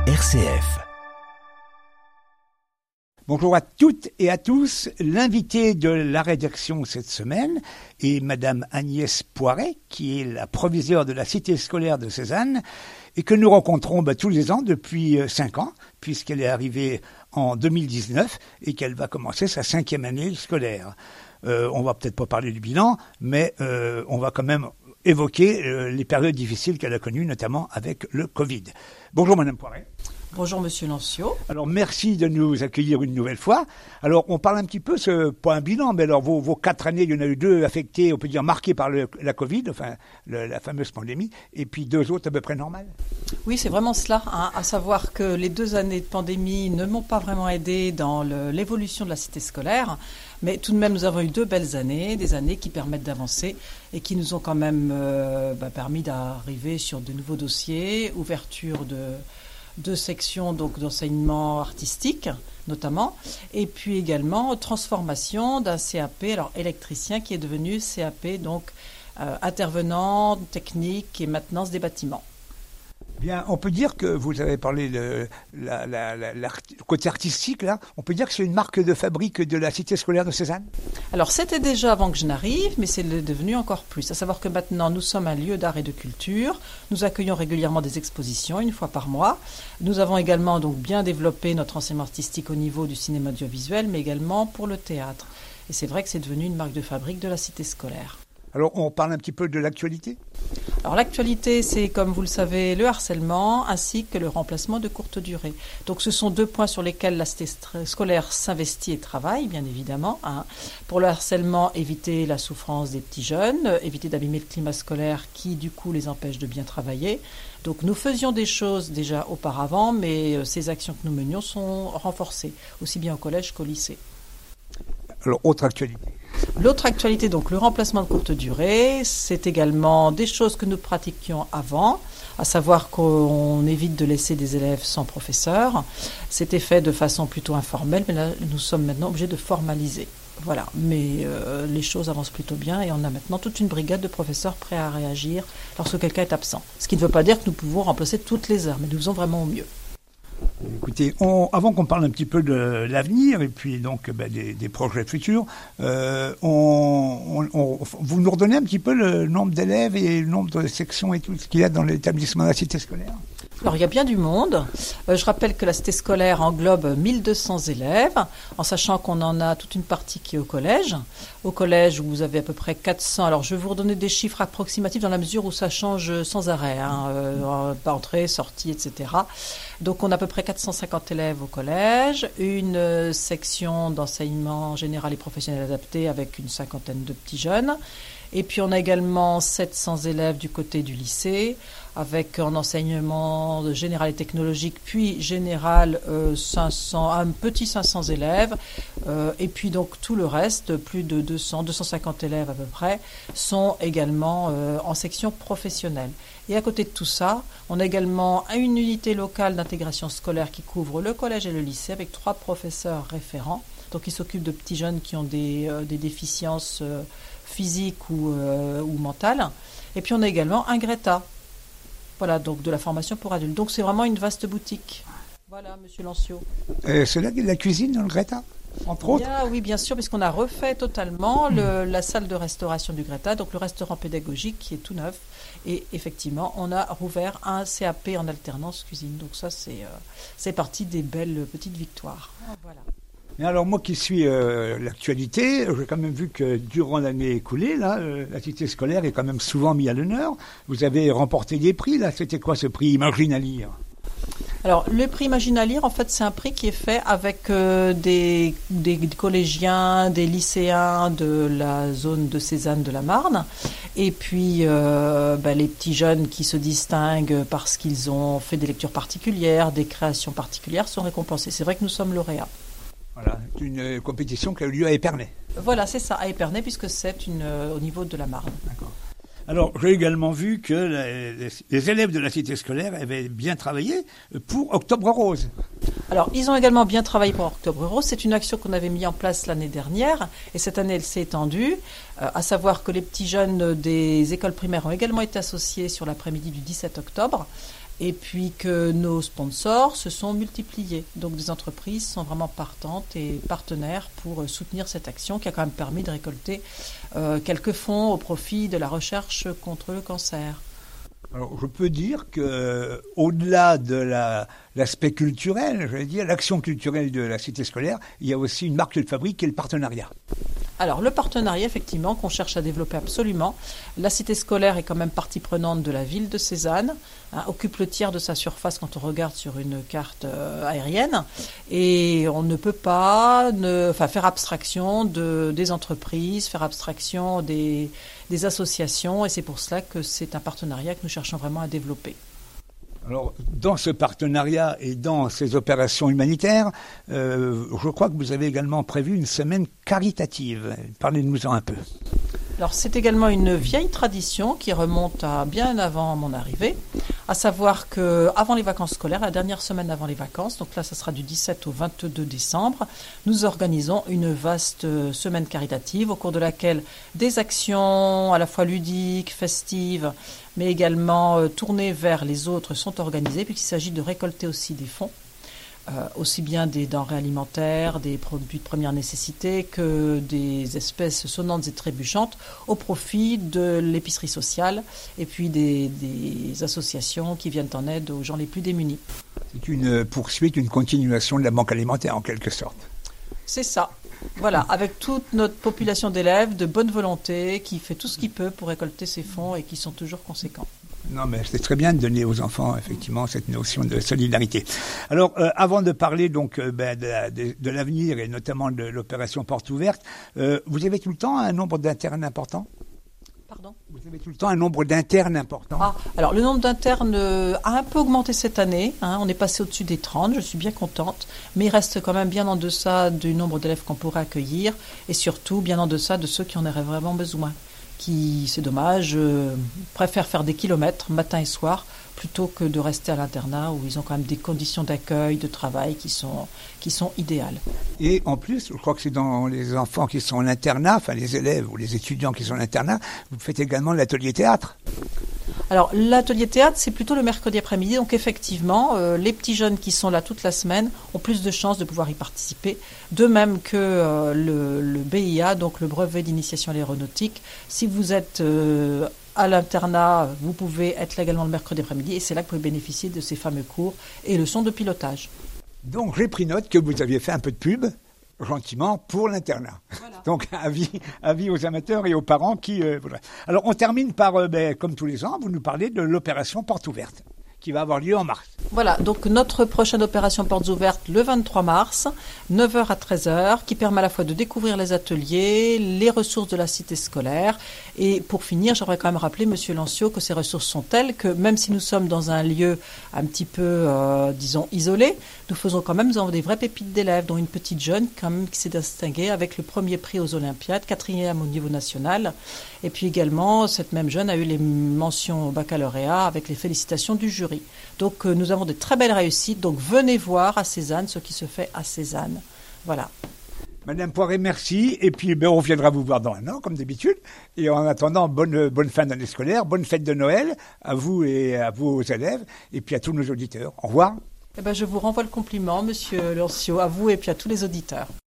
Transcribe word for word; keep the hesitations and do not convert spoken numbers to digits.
R C F. Bonjour à toutes et à tous. L'invité de la rédaction cette semaine est Madame Agnès Poiret, qui est la proviseure de la cité scolaire de Cézanne et que nous rencontrons bah, tous les ans depuis euh, cinq ans, puisqu'elle est arrivée en deux mille dix-neuf et qu'elle va commencer sa cinquième année scolaire. Euh, on va peut-être pas parler du bilan, mais euh, on va quand même évoquer euh, les périodes difficiles qu'elle a connues, notamment avec le Covid. Bonjour Madame Poiret. Bonjour Monsieur Lancio. Alors merci de nous accueillir une nouvelle fois. Alors on parle un petit peu, ce, pas un bilan, mais alors vos, vos quatre années, il y en a eu deux affectées, on peut dire marquées par le, la Covid, enfin le, la fameuse pandémie, et puis deux autres à peu près normales. Oui, c'est vraiment cela, hein, à savoir que les deux années de pandémie ne m'ont pas vraiment aidé dans le, l'évolution de la cité scolaire, mais tout de même nous avons eu deux belles années, des années qui permettent d'avancer et qui nous ont quand même euh, bah, permis d'arriver sur de nouveaux dossiers, ouverture de deux sections donc d'enseignement artistique notamment, et puis également transformation d'un C A P, alors électricien qui est devenu C A P donc euh, intervenant technique et maintenance des bâtiments. Bien, on peut dire que vous avez parlé de la, la, la, la, le côté artistique là. On peut dire que c'est une marque de fabrique de la cité scolaire de Cézanne. Alors c'était déjà avant que je n'arrive, mais c'est devenu encore plus. À savoir que maintenant nous sommes un lieu d'art et de culture. Nous accueillons régulièrement des expositions une fois par mois. Nous avons également donc bien développé notre enseignement artistique au niveau du cinéma audiovisuel, mais également pour le théâtre. Et c'est vrai que c'est devenu une marque de fabrique de la cité scolaire. Alors, on parle un petit peu de l'actualité ? Alors, l'actualité, c'est, comme vous le savez, le harcèlement ainsi que le remplacement de courte durée. Donc, ce sont deux points sur lesquels la cité scolaire s'investit et travaille, bien évidemment. Hein. Pour le harcèlement, éviter la souffrance des petits jeunes, éviter d'abîmer le climat scolaire qui, du coup, les empêche de bien travailler. Donc, nous faisions des choses déjà auparavant, mais ces actions que nous menions sont renforcées, aussi bien au collège qu'au lycée. Alors, autre actualité. L'autre actualité, donc le remplacement de courte durée, c'est également des choses que nous pratiquions avant, à savoir qu'on évite de laisser des élèves sans professeur. C'était fait de façon plutôt informelle, mais là, nous sommes maintenant obligés de formaliser. Voilà, mais euh, les choses avancent plutôt bien et on a maintenant toute une brigade de professeurs prêts à réagir lorsque quelqu'un est absent. Ce qui ne veut pas dire que nous pouvons remplacer toutes les heures, mais nous faisons vraiment au mieux. Écoutez, on, avant qu'on parle un petit peu de l'avenir et puis donc ben, des, des projets futurs, euh, on, on, on, vous nous redonnez un petit peu le nombre d'élèves et le nombre de sections et tout ce qu'il y a dans l'établissement de la cité scolaire ? Alors, il y a bien du monde. Euh, je rappelle que la cité scolaire englobe mille deux cents élèves, en sachant qu'on en a toute une partie qui est au collège. Au collège, vous avez à peu près quatre cents. Alors, je vais vous redonner des chiffres approximatifs dans la mesure où ça change sans arrêt, hein, euh, entrée, sortie, et cetera. Donc, on a à peu près quatre cent cinquante élèves au collège, une euh, section d'enseignement général et professionnel adapté avec une cinquantaine de petits jeunes. Et puis, on a également sept cents élèves du côté du lycée, avec en enseignement général et technologique, puis général euh, cinq cents, un petit cinq cents élèves, euh, et puis donc tout le reste, plus de deux cents, deux cent cinquante élèves à peu près, sont également euh, en section professionnelle. Et à côté de tout ça, on a également une unité locale d'intégration scolaire qui couvre le collège et le lycée, avec trois professeurs référents, donc ils s'occupent de petits jeunes qui ont des, euh, des déficiences euh, physiques ou, euh, ou mentales. Et puis on a également un Greta. Voilà, donc de la formation pour adultes. Donc c'est vraiment une vaste boutique. Voilà, Monsieur Lancio. Euh, c'est là qu'il y a de la cuisine dans le Greta, entre autres ? Bien, oui, bien sûr, puisqu'on a refait totalement le, la salle de restauration du Greta, donc le restaurant pédagogique qui est tout neuf. Et effectivement, on a rouvert un C A P en alternance cuisine. Donc ça, c'est, euh, c'est partie des belles petites victoires. Voilà. Mais alors moi qui suis euh, l'actualité, j'ai quand même vu que durant l'année écoulée, là, euh, la cité scolaire est quand même souvent mise à l'honneur. Vous avez remporté des prix, là. C'était quoi ce prix Imagine à lire ? Alors, le prix Imagine à lire, en fait, c'est un prix qui est fait avec euh, des, des collégiens, des lycéens de la zone de Cézanne de la Marne, et puis euh, bah, les petits jeunes qui se distinguent parce qu'ils ont fait des lectures particulières, des créations particulières, sont récompensés. C'est vrai que nous sommes lauréats. Voilà, une compétition qui a eu lieu à Épernay. Voilà, c'est ça, à Épernay, puisque c'est une, euh, au niveau de la Marne. D'accord. Alors, j'ai également vu que les, les élèves de la cité scolaire avaient bien travaillé pour Octobre Rose. Alors, ils ont également bien travaillé pour Octobre Rose. C'est une action qu'on avait mis en place l'année dernière et cette année, elle s'est étendue. Euh, à savoir que les petits jeunes des écoles primaires ont également été associés sur l'après-midi du dix-sept octobre. et puis que nos sponsors se sont multipliés. Donc des entreprises sont vraiment partantes et partenaires pour soutenir cette action qui a quand même permis de récolter euh, quelques fonds au profit de la recherche contre le cancer. Alors, je peux dire que, au-delà de la, l'aspect culturel, je vais dire, l'action culturelle de la cité scolaire, il y a aussi une marque de fabrique qui est le partenariat. Alors, le partenariat, effectivement, qu'on cherche à développer absolument. La cité scolaire est quand même partie prenante de la ville de Cézanne, hein, occupe le tiers de sa surface quand on regarde sur une carte euh, aérienne. Et on ne peut pas ne, enfin, faire abstraction de, des entreprises, faire abstraction des, des associations. Et c'est pour cela que c'est un partenariat que nous cherchons vraiment à développer. Alors, dans ce partenariat et dans ces opérations humanitaires, euh, je crois que vous avez également prévu une semaine caritative. Parlez-nous-en un peu. Alors, c'est également une vieille tradition qui remonte à bien avant mon arrivée, à savoir que avant les vacances scolaires, la dernière semaine avant les vacances, donc là, ça sera du dix-sept au vingt-deux décembre, nous organisons une vaste semaine caritative au cours de laquelle des actions à la fois ludiques, festives, mais également euh, tournées vers les autres sont organisées, puisqu'il s'agit de récolter aussi des fonds, euh, aussi bien des denrées alimentaires, des produits de première nécessité, que des espèces sonnantes et trébuchantes, au profit de l'épicerie sociale et puis des, des associations qui viennent en aide aux gens les plus démunis. C'est une poursuite, une continuation de la banque alimentaire en quelque sorte. C'est ça. Voilà, avec toute notre population d'élèves de bonne volonté qui fait tout ce qu'il peut pour récolter ces fonds et qui sont toujours conséquents. Non, mais c'est très bien de donner aux enfants, effectivement, cette notion de solidarité. Alors, euh, avant de parler donc euh, ben, de, de, de l'avenir et notamment de l'opération Porte Ouverte, euh, vous avez tout le temps un nombre d'internes important ? Pardon ? Vous avez tout le temps un nombre d'internes important ? Ah, alors le nombre d'internes euh, a un peu augmenté cette année, hein, on est passé au-dessus des trente, je suis bien contente, mais il reste quand même bien en deçà du nombre d'élèves qu'on pourrait accueillir et surtout bien en deçà de ceux qui en auraient vraiment besoin, qui, c'est dommage, euh, préfèrent faire des kilomètres matin et soir plutôt que de rester à l'internat où ils ont quand même des conditions d'accueil, de travail qui sont, qui sont idéales. Et en plus, je crois que c'est dans les enfants qui sont en internat, enfin les élèves ou les étudiants qui sont en internat, vous faites également l'atelier théâtre. Alors, l'atelier théâtre, c'est plutôt le mercredi après-midi. Donc, effectivement, euh, les petits jeunes qui sont là toute la semaine ont plus de chances de pouvoir y participer. De même que euh, le, le B I A, donc le brevet d'initiation à l'aéronautique. Si vous êtes euh, à l'internat, vous pouvez être là également le mercredi après-midi. Et c'est là que vous pouvez bénéficier de ces fameux cours et leçons de pilotage. Donc, j'ai pris note que vous aviez fait un peu de pub, gentiment, pour l'internat. Voilà. Donc, avis, avis aux amateurs et aux parents qui... Euh, voilà. Alors, on termine par, euh, ben, comme tous les ans, vous nous parlez de l'opération Porte Ouverte, qui va avoir lieu en mars. Voilà, donc notre prochaine opération Portes Ouvertes le vingt-trois mars, neuf heures à treize heures, qui permet à la fois de découvrir les ateliers, les ressources de la cité scolaire. Et pour finir, j'aimerais quand même rappeler, Monsieur Lancio, que ces ressources sont telles que même si nous sommes dans un lieu un petit peu, euh, disons, isolé, nous faisons quand même, nous avons des vraies pépites d'élèves, dont une petite jeune quand même qui s'est distinguée avec le premier prix aux Olympiades, quatrième au niveau national. Et puis également, cette même jeune a eu les mentions au baccalauréat avec les félicitations du jury. Donc euh, nous avons de très belles réussites, donc venez voir à Cézanne ce qui se fait à Cézanne. Voilà. Madame Poiret, merci. Et puis, ben, on viendra vous voir dans un an, comme d'habitude. Et en attendant, bonne, bonne fin d'année scolaire, bonne fête de Noël à vous et à vos élèves, et puis à tous nos auditeurs. Au revoir. Eh ben, je vous renvoie le compliment, Monsieur Lancio, à vous et puis à tous les auditeurs.